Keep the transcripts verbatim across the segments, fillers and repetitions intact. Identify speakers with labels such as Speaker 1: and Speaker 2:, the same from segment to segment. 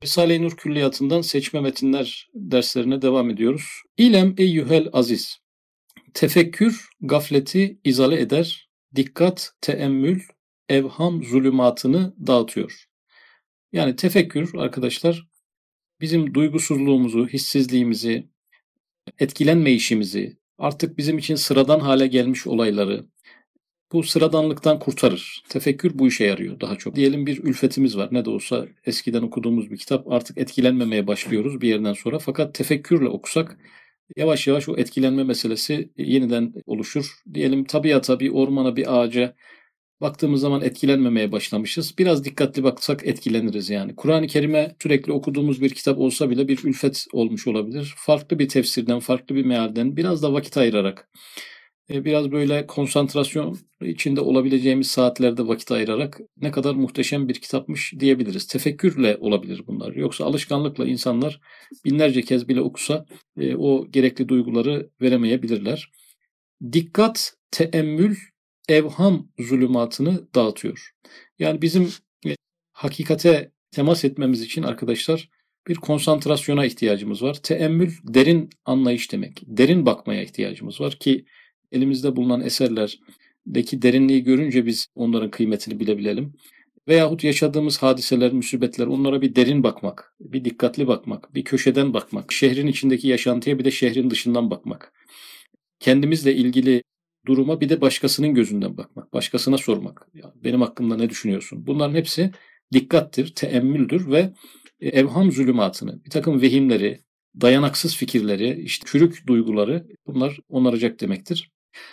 Speaker 1: Risale-i Nur Külliyatı'ndan seçme metinler derslerine devam ediyoruz. İlem eyyühel aziz. Tefekkür gafleti izale eder. Dikkat, teemmül, evham zulümatını dağıtıyor. Yani tefekkür arkadaşlar bizim duygusuzluğumuzu, hissizliğimizi, etkilenmeyişimizi, artık bizim için sıradan hale gelmiş olayları, bu sıradanlıktan kurtarır. Tefekkür bu işe yarıyor daha çok. Diyelim bir ülfetimiz var. Ne de olsa eskiden okuduğumuz bir kitap, artık etkilenmemeye başlıyoruz bir yerden sonra. Fakat tefekkürle okusak yavaş yavaş o etkilenme meselesi yeniden oluşur. Diyelim tabiata, bir ormana, bir ağaca baktığımız zaman etkilenmemeye başlamışız. Biraz dikkatli baksak etkileniriz yani. Kur'an-ı Kerim'e sürekli okuduğumuz bir kitap olsa bile bir ülfet olmuş olabilir. Farklı bir tefsirden, farklı bir mealden biraz da vakit ayırarak, biraz böyle konsantrasyon içinde olabileceğimiz saatlerde vakit ayırarak ne kadar muhteşem bir kitapmış diyebiliriz. Tefekkürle olabilir bunlar. Yoksa alışkanlıkla insanlar binlerce kez bile okusa o gerekli duyguları veremeyebilirler. Dikkat, teemmül, evham zulümatını dağıtıyor. Yani bizim hakikate temas etmemiz için arkadaşlar bir konsantrasyona ihtiyacımız var. Teemmül derin anlayış demek. Derin bakmaya ihtiyacımız var ki elimizde bulunan eserlerdeki derinliği görünce biz onların kıymetini bilebilelim. Veyahut yaşadığımız hadiseler, musibetler, onlara bir derin bakmak, bir dikkatli bakmak, bir köşeden bakmak, şehrin içindeki yaşantıya bir de şehrin dışından bakmak. Kendimizle ilgili duruma bir de başkasının gözünden bakmak, başkasına sormak. Ya benim hakkımda ne düşünüyorsun? Bunların hepsi dikkattir, teemmüldür ve evham zulümatını, bir takım vehimleri, dayanaksız fikirleri, işte çürük duyguları bunlar onaracak demektir.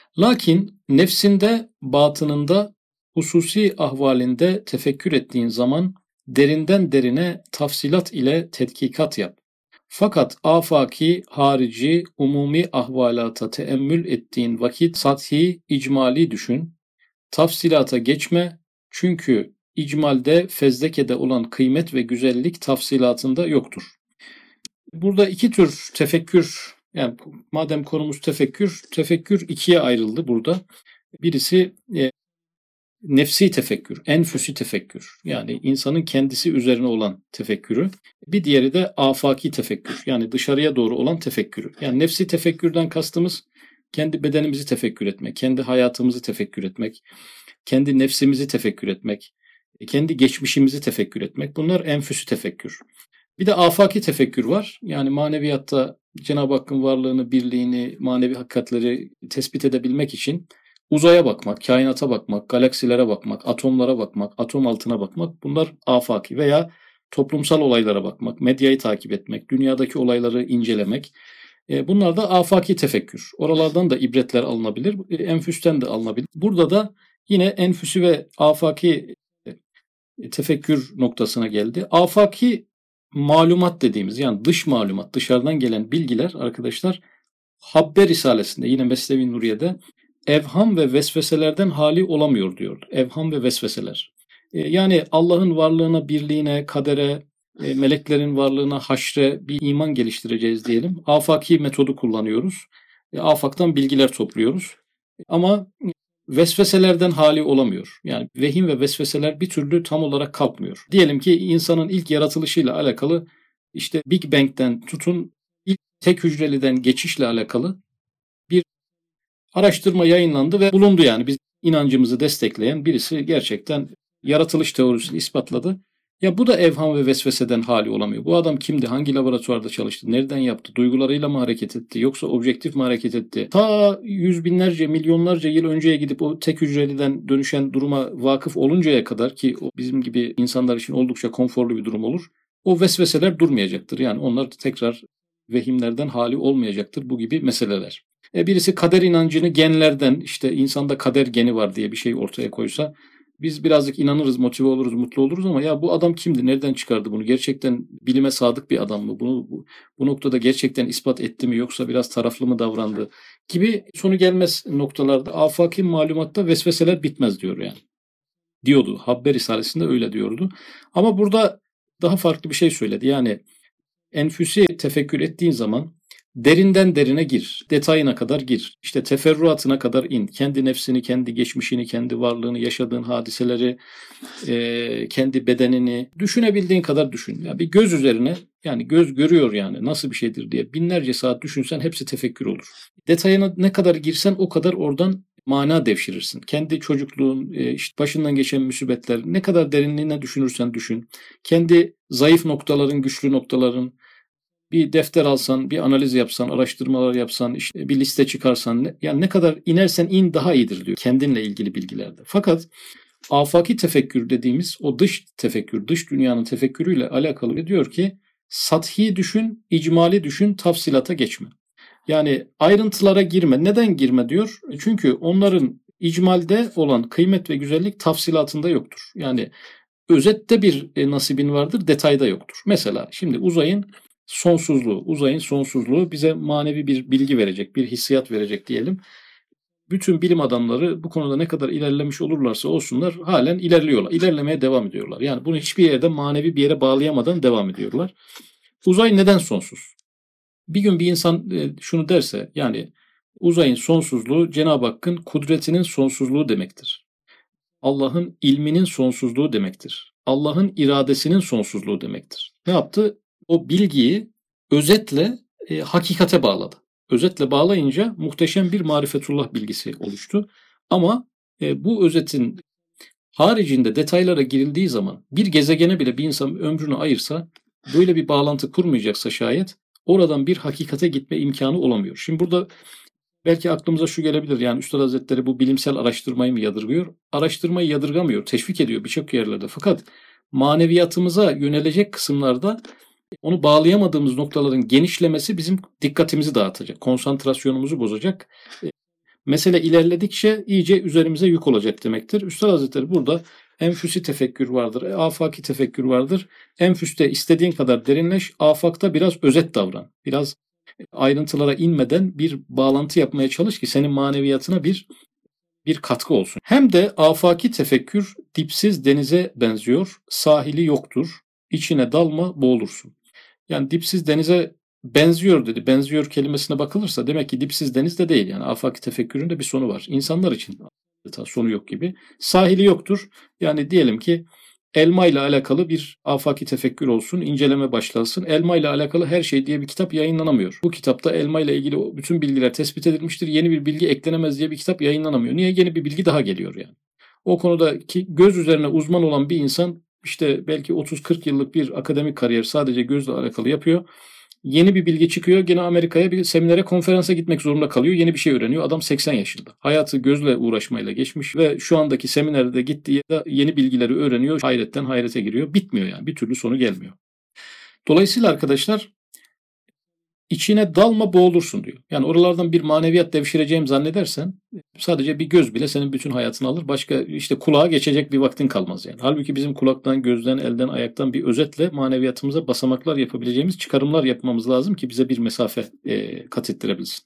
Speaker 1: Lakin nefsinde, batınında, hususi ahvalinde tefekkür ettiğin zaman derinden derine tafsilat ile tetkikat yap. Fakat afaki, harici, umumi ahvalata teemmül ettiğin vakit sathi, icmali düşün. Tafsilata geçme çünkü icmalde, fezlekede olan kıymet ve güzellik tafsilatında yoktur. Burada iki tür tefekkür, yani madem konumuz tefekkür, tefekkür ikiye ayrıldı burada. Birisi e, nefsi tefekkür, enfüsi tefekkür. Yani insanın kendisi üzerine olan tefekkürü. Bir diğeri de afaki tefekkür. Yani dışarıya doğru olan tefekkürü. Yani nefsi tefekkürden kastımız kendi bedenimizi tefekkür etmek, kendi hayatımızı tefekkür etmek, kendi nefsimizi tefekkür etmek, kendi geçmişimizi tefekkür etmek. Bunlar enfüsi tefekkür. Bir de afaki tefekkür var. Yani maneviyatta Cenab-ı Hakk'ın varlığını, birliğini, manevi hakikatleri tespit edebilmek için uzaya bakmak, kainata bakmak, galaksilere bakmak, atomlara bakmak, atom altına bakmak, bunlar afaki veya toplumsal olaylara bakmak, medyayı takip etmek, dünyadaki olayları incelemek. Bunlar da afaki tefekkür. Oralardan da ibretler alınabilir, enfüsten de alınabilir. Burada da yine enfüsü ve afaki tefekkür noktasına geldi. Afaki malumat dediğimiz, yani dış malumat, dışarıdan gelen bilgiler arkadaşlar Habbe Risalesi'nde, yine Mesnevi Nuriye'de evham ve vesveselerden hali olamıyor diyordu. Evham ve vesveseler. Yani Allah'ın varlığına, birliğine, kadere, meleklerin varlığına, haşre bir iman geliştireceğiz diyelim. Afaki metodu kullanıyoruz. Afaktan bilgiler topluyoruz. Ama vesveselerden hali olamıyor. Yani vehim ve vesveseler bir türlü tam olarak kalkmıyor. Diyelim ki insanın ilk yaratılışıyla alakalı, işte Big Bang'den tutun ilk tek hücreliden geçişle alakalı bir araştırma yayınlandı ve bulundu yani. Biz inancımızı destekleyen birisi gerçekten yaratılış teorisini ispatladı. Ya bu da evham ve vesveseden hali olamıyor. Bu adam kimdi? Hangi laboratuvarda çalıştı? Nereden yaptı? Duygularıyla mı hareket etti? Yoksa objektif mi hareket etti? Ta yüz binlerce, milyonlarca yıl önceye gidip o tek hücreliden dönüşen duruma vakıf oluncaya kadar, ki o bizim gibi insanlar için oldukça konforlu bir durum olur, o vesveseler durmayacaktır. Yani onlar tekrar vehimlerden hali olmayacaktır, bu gibi meseleler. E birisi kader inancını genlerden, işte insanda kader geni var diye bir şey ortaya koysa, biz birazcık inanırız, motive oluruz, mutlu oluruz ama ya bu adam kimdi? Nereden çıkardı bunu? Gerçekten bilime sadık bir adam mı? Bunu bu, bu noktada gerçekten ispat etti mi, yoksa biraz taraflı mı davrandı gibi sonu gelmez noktalarda afaki malumatta vesveseler bitmez diyor yani. Diyordu. Habbe Risalesi'nde öyle diyordu. Ama burada daha farklı bir şey söyledi. Yani enfüsi tefekkür ettiğin zaman Derinden derine gir, detayına kadar gir, işte teferruatına kadar in, kendi nefsini, kendi geçmişini, kendi varlığını, yaşadığın hadiseleri, e, kendi bedenini düşünebildiğin kadar düşün. Ya bir göz üzerine, yani göz görüyor yani nasıl bir şeydir diye binlerce saat düşünsen hepsi tefekkür olur. Detayına ne kadar girsen o kadar oradan mana devşirirsin. Kendi çocukluğun, e, işte başından geçen musibetler, ne kadar derinliğine düşünürsen düşün. Kendi zayıf noktaların, güçlü noktaların, bir defter alsan, bir analiz yapsan, araştırmalar yapsan, işte bir liste çıkarsan, yani ne kadar inersen in daha iyidir diyor kendinle ilgili bilgilerde. Fakat afaki tefekkür dediğimiz o dış tefekkür, dış dünyanın tefekkürüyle alakalı diyor ki sathi düşün, icmali düşün, tafsilata geçme. Yani ayrıntılara girme. Neden girme diyor? Çünkü onların icmalde olan kıymet ve güzellik tafsilatında yoktur. Yani özette bir nasibin vardır, detayda yoktur. Mesela şimdi uzayın sonsuzluğu, uzayın sonsuzluğu bize manevi bir bilgi verecek, bir hissiyat verecek diyelim. Bütün bilim adamları bu konuda ne kadar ilerlemiş olurlarsa olsunlar halen ilerliyorlar. İlerlemeye devam ediyorlar. Yani bunu hiçbir yerde manevi bir yere bağlayamadan devam ediyorlar. Uzay neden sonsuz? Bir gün bir insan şunu derse, yani uzayın sonsuzluğu Cenab-ı Hakk'ın kudretinin sonsuzluğu demektir. Allah'ın ilminin sonsuzluğu demektir. Allah'ın iradesinin sonsuzluğu demektir. Ne yaptı? O bilgiyi özetle e, hakikate bağladı. Özetle bağlayınca muhteşem bir marifetullah bilgisi oluştu. Ama e, bu özetin haricinde detaylara girildiği zaman bir gezegene bile bir insan ömrünü ayırsa, böyle bir bağlantı kurmayacaksa şayet oradan bir hakikate gitme imkanı olamıyor. Şimdi burada belki aklımıza şu gelebilir, yani Üstad Hazretleri bu bilimsel araştırmayı mı yadırgıyor? Araştırmayı yadırgamıyor, teşvik ediyor birçok yerlerde. Fakat maneviyatımıza yönelecek kısımlarda onu bağlayamadığımız noktaların genişlemesi bizim dikkatimizi dağıtacak, konsantrasyonumuzu bozacak. Mesele ilerledikçe iyice üzerimize yük olacak demektir. Üstad Hazretleri burada enfüsi tefekkür vardır, afaki tefekkür vardır. Enfüste istediğin kadar derinleş, afakta biraz özet davran. Biraz ayrıntılara inmeden bir bağlantı yapmaya çalış ki senin maneviyatına bir bir katkı olsun. Hem de afaki tefekkür dipsiz denize benziyor, sahili yoktur, içine dalma boğulursun. Yani dipsiz denize benziyor dedi. Benziyor kelimesine bakılırsa demek ki dipsiz deniz de değil. Yani afaki tefekkürün de bir sonu var. İnsanlar için sonu yok gibi. Sahili yoktur. Yani diyelim ki elma ile alakalı bir afaki tefekkür olsun, inceleme başlasın. Elma ile alakalı her şey diye bir kitap yayınlanamıyor. Bu kitapta elma ile ilgili bütün bilgiler tespit edilmiştir. Yeni bir bilgi eklenemez diye bir kitap yayınlanamıyor. Niye? Yeni bir bilgi daha geliyor yani. O konudaki göz üzerine uzman olan bir insan işte belki otuz kırk yıllık bir akademik kariyer sadece gözle alakalı yapıyor. Yeni bir bilgi çıkıyor. Gene Amerika'ya bir seminere, konferansa gitmek zorunda kalıyor. Yeni bir şey öğreniyor. Adam seksen yaşında. Hayatı gözle uğraşmayla geçmiş ve şu andaki seminerde gittiği de yeni bilgileri öğreniyor. Hayretten hayrete giriyor. Bitmiyor yani. Bir türlü sonu gelmiyor. Dolayısıyla arkadaşlar içine dalma boğulursun diyor. Yani oralardan bir maneviyat devşireceğim zannedersen sadece bir göz bile senin bütün hayatını alır. Başka işte kulağa geçecek bir vaktin kalmaz yani. Halbuki bizim kulaktan, gözden, elden, ayaktan bir özetle maneviyatımıza basamaklar yapabileceğimiz çıkarımlar yapmamız lazım ki bize bir mesafe e, kat ettirebilsin.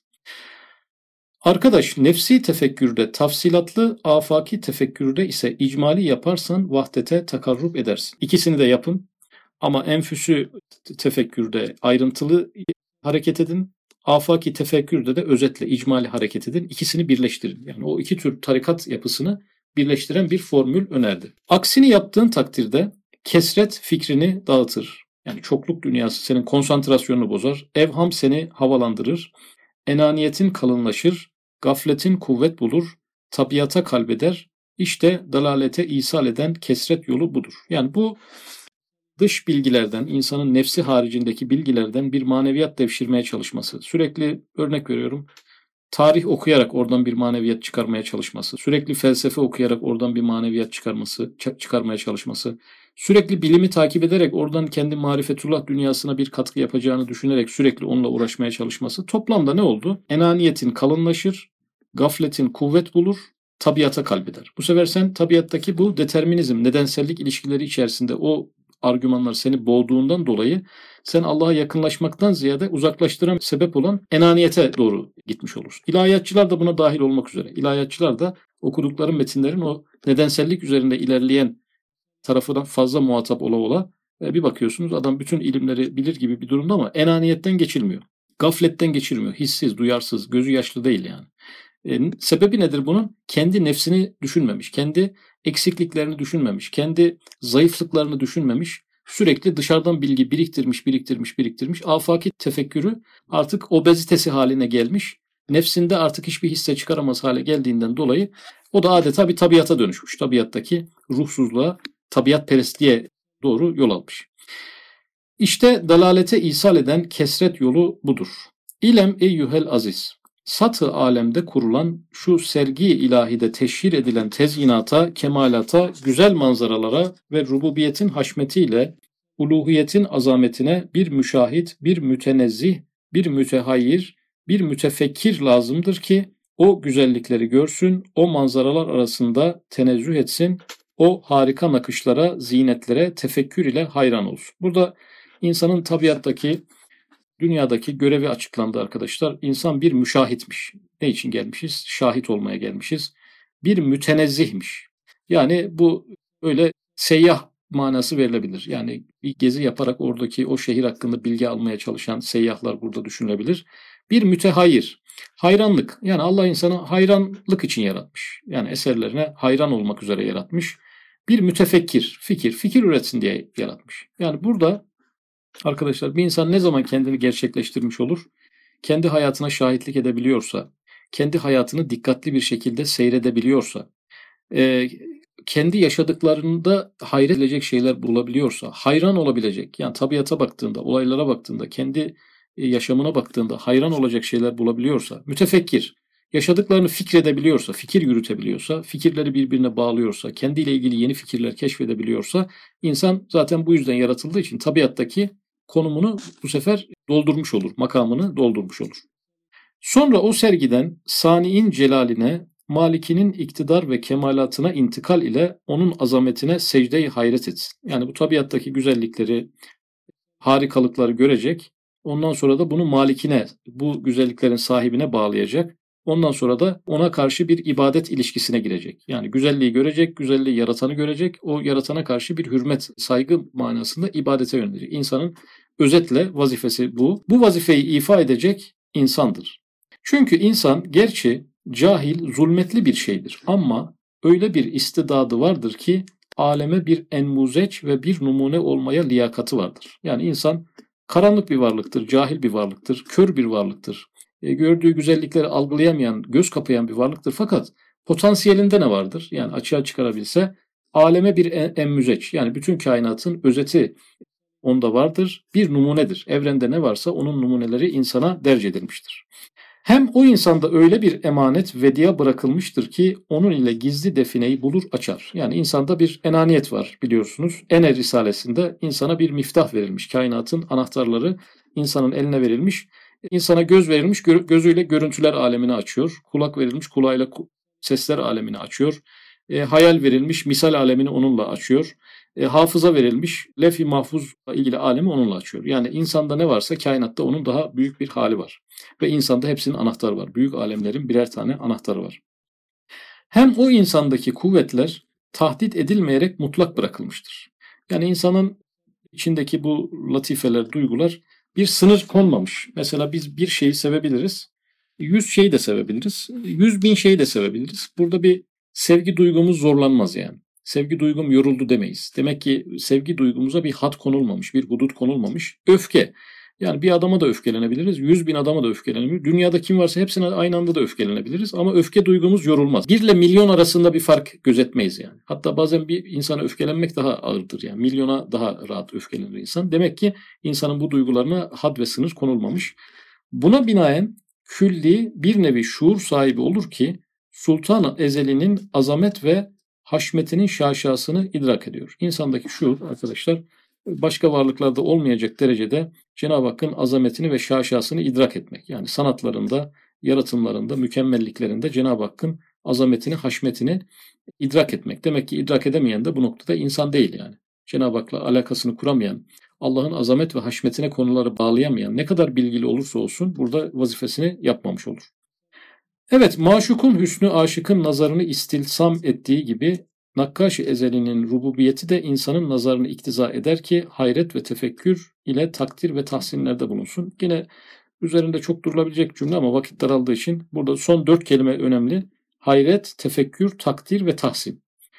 Speaker 1: Arkadaş, nefsi tefekkürde tafsilatlı, afaki tefekkürde ise icmali yaparsan vahdete takarrub edersin. İkisini de yapın ama enfüsü tefekkürde ayrıntılı hareket edin. Afaki tefekkürde de özetle, icmali hareket edin. İkisini birleştirin. Yani o iki tür tarikat yapısını birleştiren bir formül önerdi. Aksini yaptığın takdirde kesret fikrini dağıtır. Yani çokluk dünyası senin konsantrasyonunu bozar. Evham seni havalandırır. Enaniyetin kalınlaşır. Gafletin kuvvet bulur. Tabiata kalbeder. İşte dalalete isal eden kesret yolu budur. Yani bu dış bilgilerden, insanın nefsi haricindeki bilgilerden bir maneviyat devşirmeye çalışması. Sürekli örnek veriyorum, tarih okuyarak oradan bir maneviyat çıkarmaya çalışması. Sürekli felsefe okuyarak oradan bir maneviyat çıkarması, çıkarmaya çalışması. Sürekli bilimi takip ederek oradan kendi marifetullah dünyasına bir katkı yapacağını düşünerek sürekli onunla uğraşmaya çalışması. Toplamda ne oldu? Enaniyetin kalınlaşır, gafletin kuvvet bulur, tabiata kalbeder. Bu sefer sen tabiattaki bu determinizm, nedensellik ilişkileri içerisinde o argümanlar seni boğduğundan dolayı sen Allah'a yakınlaşmaktan ziyade uzaklaştıran sebep olan enaniyete doğru gitmiş olursun. İlahiyatçılar da buna dahil olmak üzere. İlahiyatçılar da okudukları metinlerin o nedensellik üzerinde ilerleyen tarafından fazla muhatap ola ola bir bakıyorsunuz adam bütün ilimleri bilir gibi bir durumda ama enaniyetten geçilmiyor. Gafletten geçirmiyor. Hissiz, duyarsız, gözü yaşlı değil yani. E, sebebi nedir bunun? Kendi nefsini düşünmemiş, kendi eksikliklerini düşünmemiş, kendi zayıflıklarını düşünmemiş. Sürekli dışarıdan bilgi biriktirmiş, biriktirmiş, biriktirmiş. Afaki tefekkürü artık obezitesi haline gelmiş. Nefsinde artık hiçbir hisse çıkaramaz hale geldiğinden dolayı o da adeta bir tabiata dönüşmüş. Tabiattaki ruhsuzluğa, tabiatperestliğe doğru yol almış. İşte dalalete ishal eden kesret yolu budur. İlem eyyuhel aziz. Satı alemde kurulan şu sergi ilahide teşhir edilen tezyinata, kemalata, güzel manzaralara ve rububiyetin haşmetiyle uluhiyetin azametine bir müşahit, bir mütenezzih, bir mütehayyir, bir mütefekkir lazımdır ki o güzellikleri görsün, o manzaralar arasında tenezzüh etsin, o harika nakışlara, zinetlere tefekkür ile hayran olsun. Burada insanın tabiattaki, dünyadaki görevi açıklandı arkadaşlar. İnsan bir müşahitmiş. Ne için gelmişiz? Şahit olmaya gelmişiz. Bir mütenezzihmiş. Yani bu öyle seyyah manası verilebilir. Yani bir gezi yaparak oradaki o şehir hakkında bilgi almaya çalışan seyyahlar burada düşünülebilir. Bir mütehayir. Hayranlık. Yani Allah insanı hayranlık için yaratmış. Yani eserlerine hayran olmak üzere yaratmış. Bir mütefekkir. Fikir. Fikir üretsin diye yaratmış. Yani burada arkadaşlar bir insan ne zaman kendini gerçekleştirmiş olur? Kendi hayatına şahitlik edebiliyorsa, kendi hayatını dikkatli bir şekilde seyredebiliyorsa, e, kendi yaşadıklarında hayret edilecek şeyler bulabiliyorsa, hayran olabilecek, yani tabiata baktığında, olaylara baktığında, kendi yaşamına baktığında hayran olacak şeyler bulabiliyorsa, mütefekkir, yaşadıklarını fikredebiliyorsa, fikir yürütebiliyorsa, fikirleri birbirine bağlıyorsa, kendiyle ilgili yeni fikirler keşfedebiliyorsa, insan zaten bu yüzden yaratıldığı için tabiattaki konumunu bu sefer doldurmuş olur, makamını doldurmuş olur. Sonra o sergiden Sani'in celaline, Malikinin iktidar ve kemalatına intikal ile onun azametine secde-i hayret etsin. Yani bu tabiattaki güzellikleri, harikalıkları görecek. Ondan sonra da bunu Malikine, bu güzelliklerin sahibine bağlayacak. Ondan sonra da ona karşı bir ibadet ilişkisine girecek. Yani güzelliği görecek, güzelliği yaratanı görecek. O yaratana karşı bir hürmet, saygı manasında ibadete yönelecek. İnsanın özetle vazifesi bu. Bu vazifeyi ifa edecek insandır. Çünkü insan gerçi cahil, zulmetli bir şeydir ama öyle bir istidadı vardır ki aleme bir enmuzeç ve bir numune olmaya liyakati vardır. Yani insan karanlık bir varlıktır, cahil bir varlıktır, kör bir varlıktır. E, gördüğü güzellikleri algılayamayan, göz kapayan bir varlıktır. Fakat potansiyelinde ne vardır? Yani açığa çıkarabilse aleme bir enmüzeç, yani bütün kainatın özeti onda vardır. Bir numunedir. Evrende ne varsa onun numuneleri insana derc edilmiştir. Hem o insanda öyle bir emanet vediya bırakılmıştır ki onun ile gizli defineyi bulur açar. Yani insanda bir enaniyet var biliyorsunuz. Ene Risalesinde insana bir miftah verilmiş. Kainatın anahtarları insanın eline verilmiş. İnsana göz verilmiş, gözüyle görüntüler alemini açıyor. Kulak verilmiş, kulağıyla sesler alemini açıyor. E, hayal verilmiş, misal alemini onunla açıyor. E, hafıza verilmiş, lef-i mahfuzla ilgili alemi onunla açıyor. Yani insanda ne varsa kainatta onun daha büyük bir hali var. Ve insanda hepsinin anahtarı var. Büyük alemlerin birer tane anahtarı var. Hem o insandaki kuvvetler tahdit edilmeyerek mutlak bırakılmıştır. Yani insanın içindeki bu latifeler, duygular bir sınır konmamış. Mesela biz bir şeyi sevebiliriz. Yüz şeyi de sevebiliriz. Yüz bin şeyi de sevebiliriz. Burada bir sevgi duygumuz zorlanmaz yani. Sevgi duygum yoruldu demeyiz. Demek ki sevgi duygumuza bir had konulmamış, bir hudut konulmamış. Öfke. Yani bir adama da öfkelenebiliriz, yüz bin adama da öfkelenebiliriz. Dünyada kim varsa hepsine aynı anda da öfkelenebiliriz ama öfke duygumuz yorulmaz. Bir ile milyon arasında bir fark gözetmeyiz yani. Hatta bazen bir insana öfkelenmek daha ağırdır yani. Milyona daha rahat öfkelenir insan. Demek ki insanın bu duygularına had ve sınır konulmamış. Buna binaen külli bir nevi şuur sahibi olur ki Sultan-ı Ezeli'nin azamet ve haşmetinin şaşasını idrak ediyor. İnsandaki şuur arkadaşlar başka varlıklarda olmayacak derecede Cenab-ı Hakk'ın azametini ve şaşasını idrak etmek. Yani sanatlarında, yaratımlarında, mükemmelliklerinde Cenab-ı Hakk'ın azametini, haşmetini idrak etmek. Demek ki idrak edemeyen de bu noktada insan değil yani. Cenab-ı Hak'la alakasını kuramayan, Allah'ın azamet ve haşmetine konuları bağlayamayan ne kadar bilgili olursa olsun burada vazifesini yapmamış olur. Evet, maşukun hüsnü aşıkın nazarını istilsam ettiği gibi Nakkaş-ı Ezeli'nin rububiyeti de insanın nazarını iktiza eder ki hayret ve tefekkür ile takdir ve tahsinlerde bulunsun. Yine Üzerinde çok durulabilecek cümle ama vakit daraldığı için burada son dört kelime önemli. Hayret, tefekkür, takdir ve tahsin.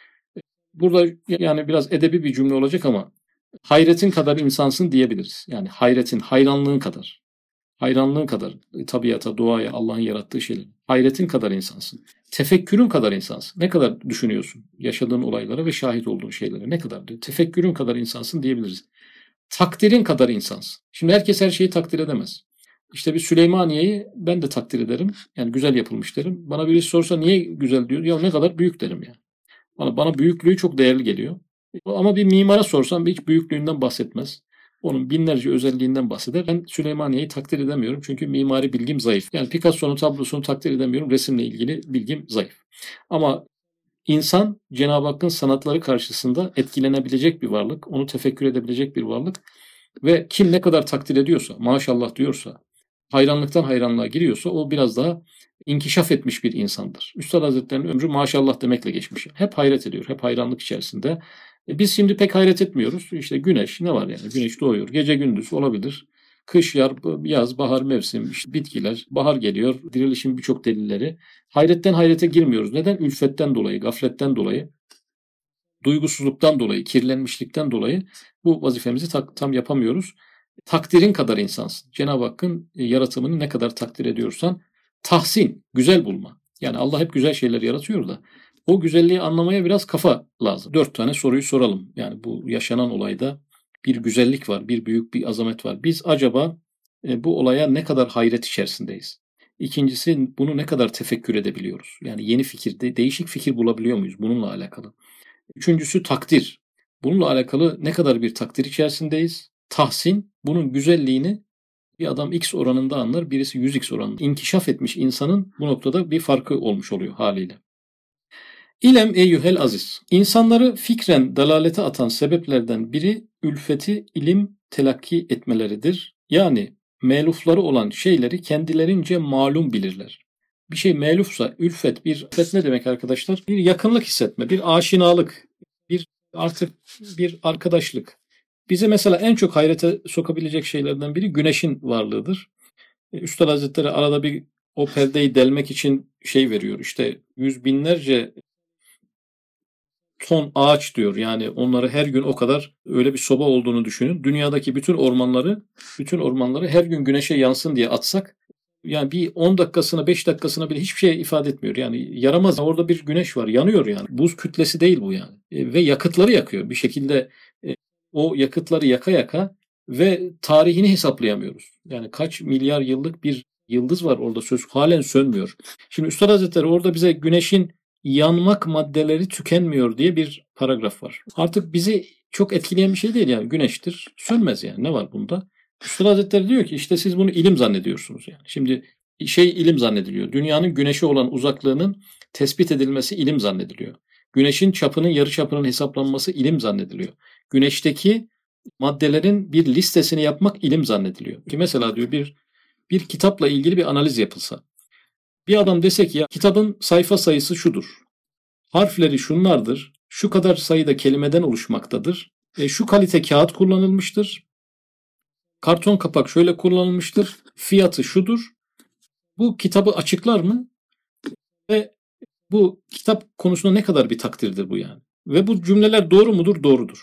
Speaker 1: Burada yani biraz edebi bir cümle olacak ama hayretin kadar insansın diyebiliriz. Yani hayretin, hayranlığın kadar. Hayranlığın kadar tabiata, doğaya, Allah'ın yarattığı şeyler. Hayretin kadar insansın. Tefekkürün kadar insansın. Ne kadar düşünüyorsun yaşadığın olaylara ve şahit olduğun şeylere. Ne kadar diyor. Tefekkürün kadar insansın diyebiliriz. Takdirin kadar insansın. Şimdi herkes her şeyi takdir edemez. İşte bir Süleymaniye'yi ben de takdir ederim. Yani güzel yapılmış derim. Bana birisi sorsa niye güzel diyor. Ya ne kadar büyük derim yani. Bana, bana büyüklüğü çok değerli geliyor. Ama bir mimara sorsam hiç büyüklüğünden bahsetmez. Onun binlerce özelliğinden bahseder. Ben Süleymaniye'yi takdir edemiyorum çünkü mimari bilgim zayıf. Yani Picasso'nun tablosunu takdir edemiyorum. Resimle ilgili bilgim zayıf. Ama insan Cenab-ı Hakk'ın sanatları karşısında etkilenebilecek bir varlık. Onu tefekkür edebilecek bir varlık. Ve kim ne kadar takdir ediyorsa, maşallah diyorsa, hayranlıktan hayranlığa giriyorsa o biraz daha inkişaf etmiş bir insandır. Üstad Hazretleri'nin ömrü maşallah demekle geçmiş. Hep hayret ediyor, hep hayranlık içerisinde. E biz şimdi pek hayret etmiyoruz. İşte güneş ne var yani? Güneş doğuyor. Gece gündüz olabilir. Kış, yaz, bahar, mevsim, işte bitkiler, bahar geliyor. Dirilişin birçok delilleri. Hayretten hayrete girmiyoruz. Neden? Ülfetten dolayı, gafletten dolayı, duygusuzluktan dolayı, kirlenmişlikten dolayı bu vazifemizi tam yapamıyoruz. Takdirin kadar insansın. Cenab-ı Hakk'ın yaratımını ne kadar takdir ediyorsan tahsin, güzel bulma. Yani Allah hep güzel şeyler yaratıyor da o güzelliği anlamaya biraz kafa lazım. Dört tane soruyu soralım. Yani bu yaşanan olayda bir güzellik var, bir büyük bir azamet var. Biz acaba e, bu olaya ne kadar hayret içerisindeyiz? İkincisi bunu ne kadar tefekkür edebiliyoruz? Yani yeni fikir, de, değişik fikir bulabiliyor muyuz bununla alakalı? Üçüncüsü takdir. Bununla alakalı ne kadar bir takdir içerisindeyiz? Tahsin, bunun güzelliğini bir adam X oranında anlar, birisi yüz X oranında. İnkişaf etmiş insanın bu noktada bir farkı olmuş oluyor haliyle. İlem eyyuhel aziz. İnsanları fikren dalalete atan sebeplerden biri ülfeti ilim telakki etmeleridir. Yani melufları olan şeyleri kendilerince malum bilirler. Bir şey melufsa ülfet, bir ülfet ne demek arkadaşlar? Bir yakınlık hissetme, bir aşinalık, bir artık bir arkadaşlık. Bizi mesela en çok hayrete sokabilecek şeylerden biri güneşin varlığıdır. Üstad Hazretleri arada bir o perdeyi delmek için şey veriyor. İşte yüz binlerce ton ağaç diyor. Yani onları her gün o kadar öyle bir soba olduğunu düşünün. Dünyadaki bütün ormanları, bütün ormanları her gün güneşe yansın diye atsak yani bir on dakikasına beş dakikasına bile hiçbir şey ifade etmiyor. Yani yaramaz. Orada bir güneş var. Yanıyor yani. Buz kütlesi değil bu yani. E, ve yakıtları yakıyor. Bir şekilde e, o yakıtları yaka yaka ve tarihini hesaplayamıyoruz. Yani kaç milyar yıllık bir yıldız var orada söz halen sönmüyor. Şimdi Üstad Hazretleri orada bize güneşin yanmak maddeleri tükenmiyor diye bir paragraf var. Artık bizi çok etkileyen bir şey değil yani güneştir. Sönmez yani ne var bunda? Üstad Hazretleri diyor ki işte siz bunu ilim zannediyorsunuz yani. Şimdi şey ilim zannediliyor. Dünyanın güneşe olan uzaklığının tespit edilmesi ilim zannediliyor. Güneşin çapının yarı çapının hesaplanması ilim zannediliyor. Güneşteki maddelerin bir listesini yapmak ilim zannediliyor. Ki mesela diyor bir bir kitapla ilgili bir analiz yapılsa. Bir adam dese ki ya kitabın sayfa sayısı şudur. Harfleri şunlardır. Şu kadar sayıda kelimeden oluşmaktadır. E, şu kalite kağıt kullanılmıştır. Karton kapak şöyle kullanılmıştır. Fiyatı şudur. Bu kitabı açıklar mı? Ve bu kitap konusunda ne kadar bir takdirdir bu yani? Ve bu cümleler doğru mudur? Doğrudur.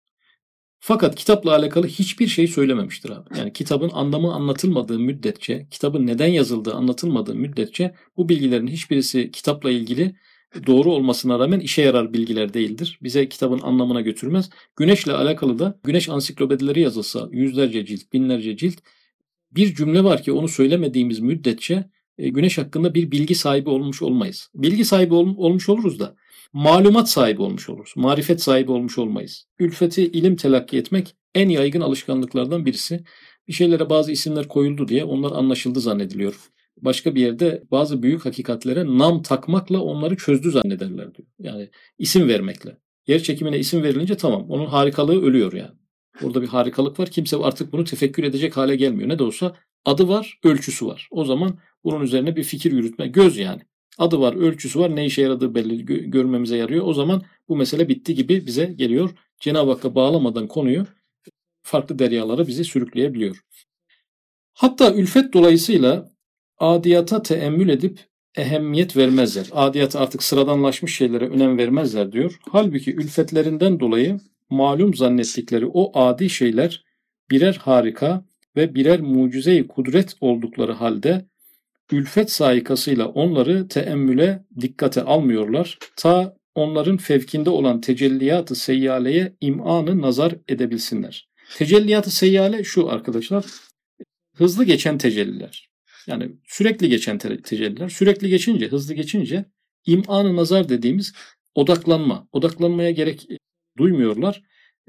Speaker 1: Fakat kitapla alakalı hiçbir şey söylememiştir abi. Yani kitabın anlamı anlatılmadığı müddetçe, kitabın neden yazıldığı anlatılmadığı müddetçe bu bilgilerin hiçbirisi kitapla ilgili doğru olmasına rağmen işe yarar bilgiler değildir. Bize kitabın anlamına götürmez. Güneşle alakalı da güneş ansiklopedileri yazılsa yüzlerce cilt, binlerce cilt bir cümle var ki onu söylemediğimiz müddetçe e, güneş hakkında bir bilgi sahibi olmuş olmayız. Bilgi sahibi ol, olmuş oluruz da malumat sahibi olmuş oluruz. Marifet sahibi olmuş olmayız. Ülfeti ilim telakki etmek en yaygın alışkanlıklardan birisi. Bir şeylere bazı isimler koyuldu diye onlar anlaşıldı zannediliyor. Başka bir yerde bazı büyük hakikatlere nam takmakla onları çözdü zannederler diyor. Yani isim vermekle. Yer çekimine isim verilince tamam onun harikalığı ölüyor yani. Orada bir harikalık var. Kimse artık bunu tefekkür edecek hale gelmiyor. Ne de olsa adı var, ölçüsü var. O zaman bunun üzerine bir fikir yürütme. Göz yani. Adı var, ölçüsü var. Ne işe yaradığı belli, görmemize yarıyor. O zaman bu mesele bitti gibi bize geliyor. Cenab-ı Hakk'a bağlamadan konuyu farklı deryalara bizi sürükleyebiliyor. Hatta ülfet dolayısıyla adiyata teemmül edip ehemmiyet vermezler. Adiyat artık sıradanlaşmış şeylere önem vermezler diyor. Halbuki ülfetlerinden dolayı malum zannettikleri o adi şeyler birer harika ve birer mucize-i kudret oldukları halde ülfet saikasıyla onları teemmüle, dikkate almıyorlar. Ta onların fevkinde olan tecelliyat-ı seyyaleye im'anı nazar edebilsinler. Tecelliyat-ı seyyale şu arkadaşlar, hızlı geçen tecelliler. Yani sürekli geçen te- tecelliler. Sürekli geçince, hızlı geçince im'anı nazar dediğimiz odaklanma. Odaklanmaya gerek duymuyorlar.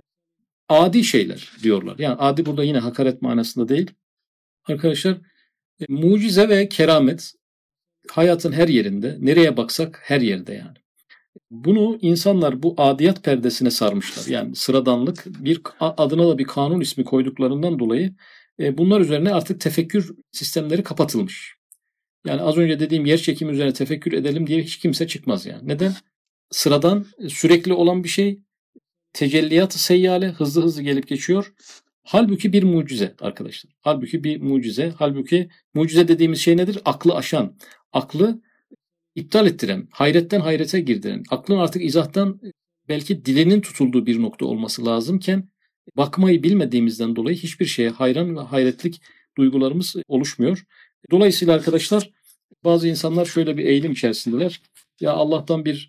Speaker 1: Adi şeyler diyorlar. Yani adi burada yine hakaret manasında değil. Arkadaşlar e, mucize ve keramet hayatın her yerinde, nereye baksak her yerde yani. Bunu insanlar bu adiyat perdesine sarmışlar. Yani sıradanlık, bir adına da bir kanun ismi koyduklarından dolayı e, bunlar üzerine artık tefekkür sistemleri kapatılmış. Yani az önce dediğim yer çekimi üzerine tefekkür edelim diye hiç kimse çıkmaz yani. Neden? Sıradan, sürekli olan bir şey, tecelliyat-ı seyyale hızlı hızlı gelip geçiyor. Halbuki bir mucize arkadaşlar. Halbuki bir mucize. Halbuki mucize dediğimiz şey nedir? Aklı aşan, aklı iptal ettiren, hayretten hayrete girdiren, aklın artık izahtan belki dilinin tutulduğu bir nokta olması lazımken bakmayı bilmediğimizden dolayı hiçbir şeye hayran ve hayretlik duygularımız oluşmuyor. Dolayısıyla arkadaşlar bazı insanlar şöyle bir eğilim içerisindeler. Ya Allah'tan bir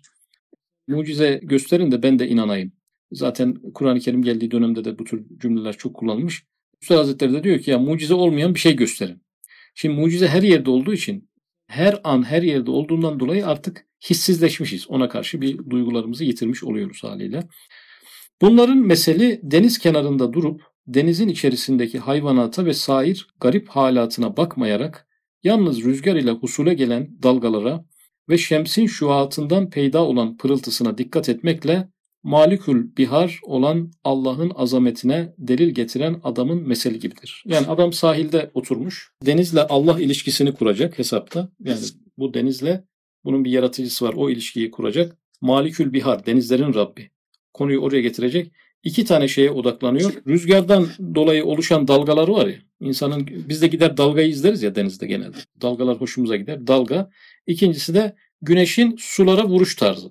Speaker 1: mucize gösterin de ben de inanayım. Zaten Kur'an-ı Kerim geldiği dönemde de bu tür cümleler çok kullanılmış. Üstad Hazretleri de diyor ki ya mucize olmayan bir şey gösterin. Şimdi mucize her yerde olduğu için her an her yerde olduğundan dolayı artık hissizleşmişiz. Ona karşı bir duygularımızı yitirmiş oluyoruz haliyle. Bunların meseli deniz kenarında durup denizin içerisindeki hayvanata ve sair garip halatına bakmayarak yalnız rüzgar ile husule gelen dalgalara ve şemsin şuatından peyda olan pırıltısına dikkat etmekle malikül bihar olan Allah'ın azametine delil getiren adamın meseli gibidir. Yani adam sahilde oturmuş, denizle Allah ilişkisini kuracak hesapta. Yani bu denizle bunun bir yaratıcısı var, o ilişkiyi kuracak. Malikül bihar, denizlerin Rabbi. Konuyu oraya getirecek. İki tane şeye odaklanıyor. Rüzgardan dolayı oluşan dalgalar var ya. İnsanın biz de gider dalgayı izleriz ya denizde genelde. Dalgalar hoşumuza gider. Dalga. İkincisi de güneşin sulara vuruş tarzı.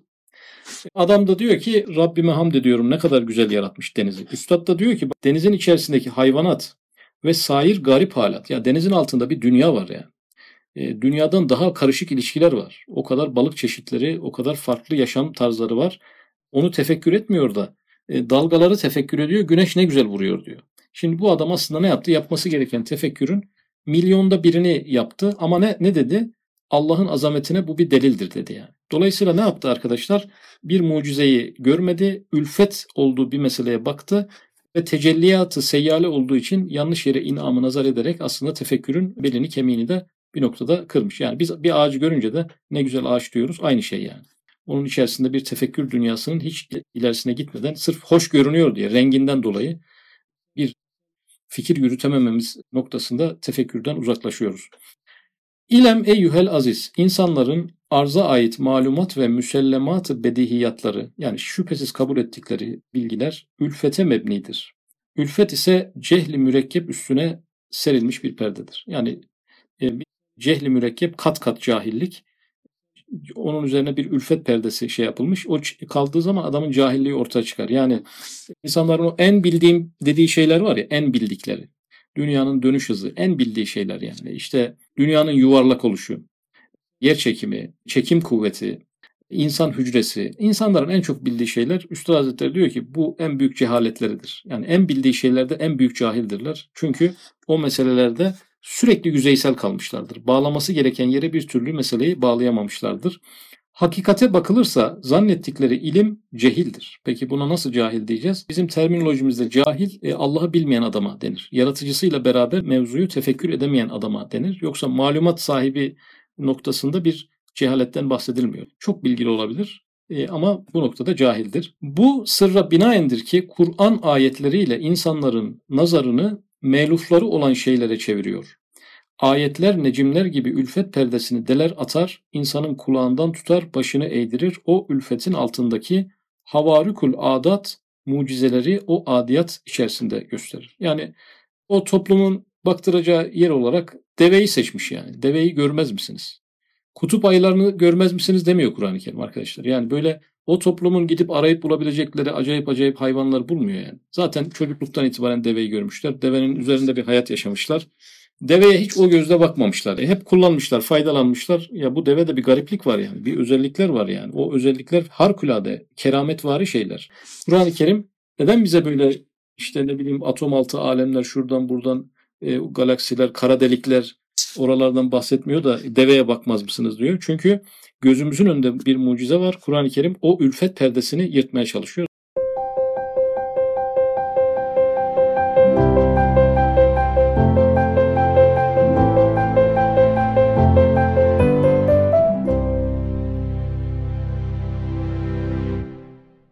Speaker 1: Adam da diyor ki Rabbime hamd ediyorum ne kadar güzel yaratmış denizi. Üstad da diyor ki denizin içerisindeki hayvanat ve sair garip halat. Ya denizin altında bir dünya var yani. E, dünyadan daha karışık ilişkiler var. O kadar balık çeşitleri, o kadar farklı yaşam tarzları var. Onu tefekkür etmiyor da e, dalgaları tefekkür ediyor. Güneş ne güzel vuruyor diyor. Şimdi bu adam aslında ne yaptı? Yapması gereken tefekkürün milyonda birini yaptı ama ne ne dedi? Allah'ın azametine bu bir delildir dedi yani. Dolayısıyla ne yaptı arkadaşlar? Bir mucizeyi görmedi, ülfet olduğu bir meseleye baktı ve tecelliyatı seyyale olduğu için yanlış yere inamı nazar ederek aslında tefekkürün belini kemiğini de bir noktada kırmış. Yani biz bir ağacı görünce de ne güzel ağaç diyoruz. Aynı şey yani. Onun içerisinde bir tefekkür dünyasının hiç ilerisine gitmeden sırf hoş görünüyor diye renginden dolayı bir fikir yürütemememiz noktasında tefekkürden uzaklaşıyoruz. İlem eyyuhel aziz, insanların arza ait malumat ve müsellemat-ı bedihiyatları yani şüphesiz kabul ettikleri bilgiler ülfete mebnidir. Ülfet ise cehli mürekkep üstüne serilmiş bir perdedir. Yani e, bir cehli mürekkep kat kat cahillik, onun üzerine bir ülfet perdesi şey yapılmış. O kaldığı zaman adamın cahilliği ortaya çıkar. Yani insanların o en bildiğim dediği şeyler var ya, en bildikleri. Dünyanın dönüş hızı, en bildiği şeyler yani. İşte dünyanın yuvarlak oluşu, yer çekimi, çekim kuvveti, insan hücresi. İnsanların en çok bildiği şeyler, Üstad Hazretleri diyor ki bu en büyük cehaletleridir. Yani en bildiği şeylerde en büyük cahildirler. Çünkü o meselelerde sürekli yüzeysel kalmışlardır. Bağlaması gereken yere bir türlü meseleyi bağlayamamışlardır. Hakikate bakılırsa zannettikleri ilim cehildir. Peki buna nasıl cahil diyeceğiz? Bizim terminolojimizde cahil e, Allah'ı bilmeyen adama denir. Yaratıcısıyla beraber mevzuyu tefekkür edemeyen adama denir. Yoksa malumat sahibi noktasında bir cehaletten bahsedilmiyor. Çok bilgili olabilir e, ama bu noktada cahildir. Bu sırra binaendir ki Kur'an ayetleriyle insanların nazarını melufları olan şeylere çeviriyor. Ayetler necimler gibi ülfet perdesini deler atar, insanın kulağından tutar, başını eğdirir. O ülfetin altındaki havarikul adat mucizeleri o adiyat içerisinde gösterir. Yani o toplumun baktıracağı yer olarak deveyi seçmiş yani. Deveyi görmez misiniz? Kutup ayılarını görmez misiniz demiyor Kur'an-ı Kerim arkadaşlar. Yani böyle o toplumun gidip arayıp bulabilecekleri acayip acayip hayvanlar bulmuyor yani. Zaten çocukluktan itibaren deveyi görmüşler. Devenin üzerinde bir hayat yaşamışlar. Deveye hiç o gözle bakmamışlar. E, hep kullanmışlar, faydalanmışlar. Ya bu devede bir gariplik var yani. Bir özellikler var yani. O özellikler harikulade, kerametvari şeyler. Kur'an-ı Kerim neden bize böyle işte ne bileyim atom altı alemler şuradan buradan e, galaksiler, kara delikler oralardan bahsetmiyor da deveye bakmaz mısınız diyor. Çünkü gözümüzün önünde bir mucize var. Kur'an-ı Kerim o ülfet perdesini yırtmaya çalışıyor.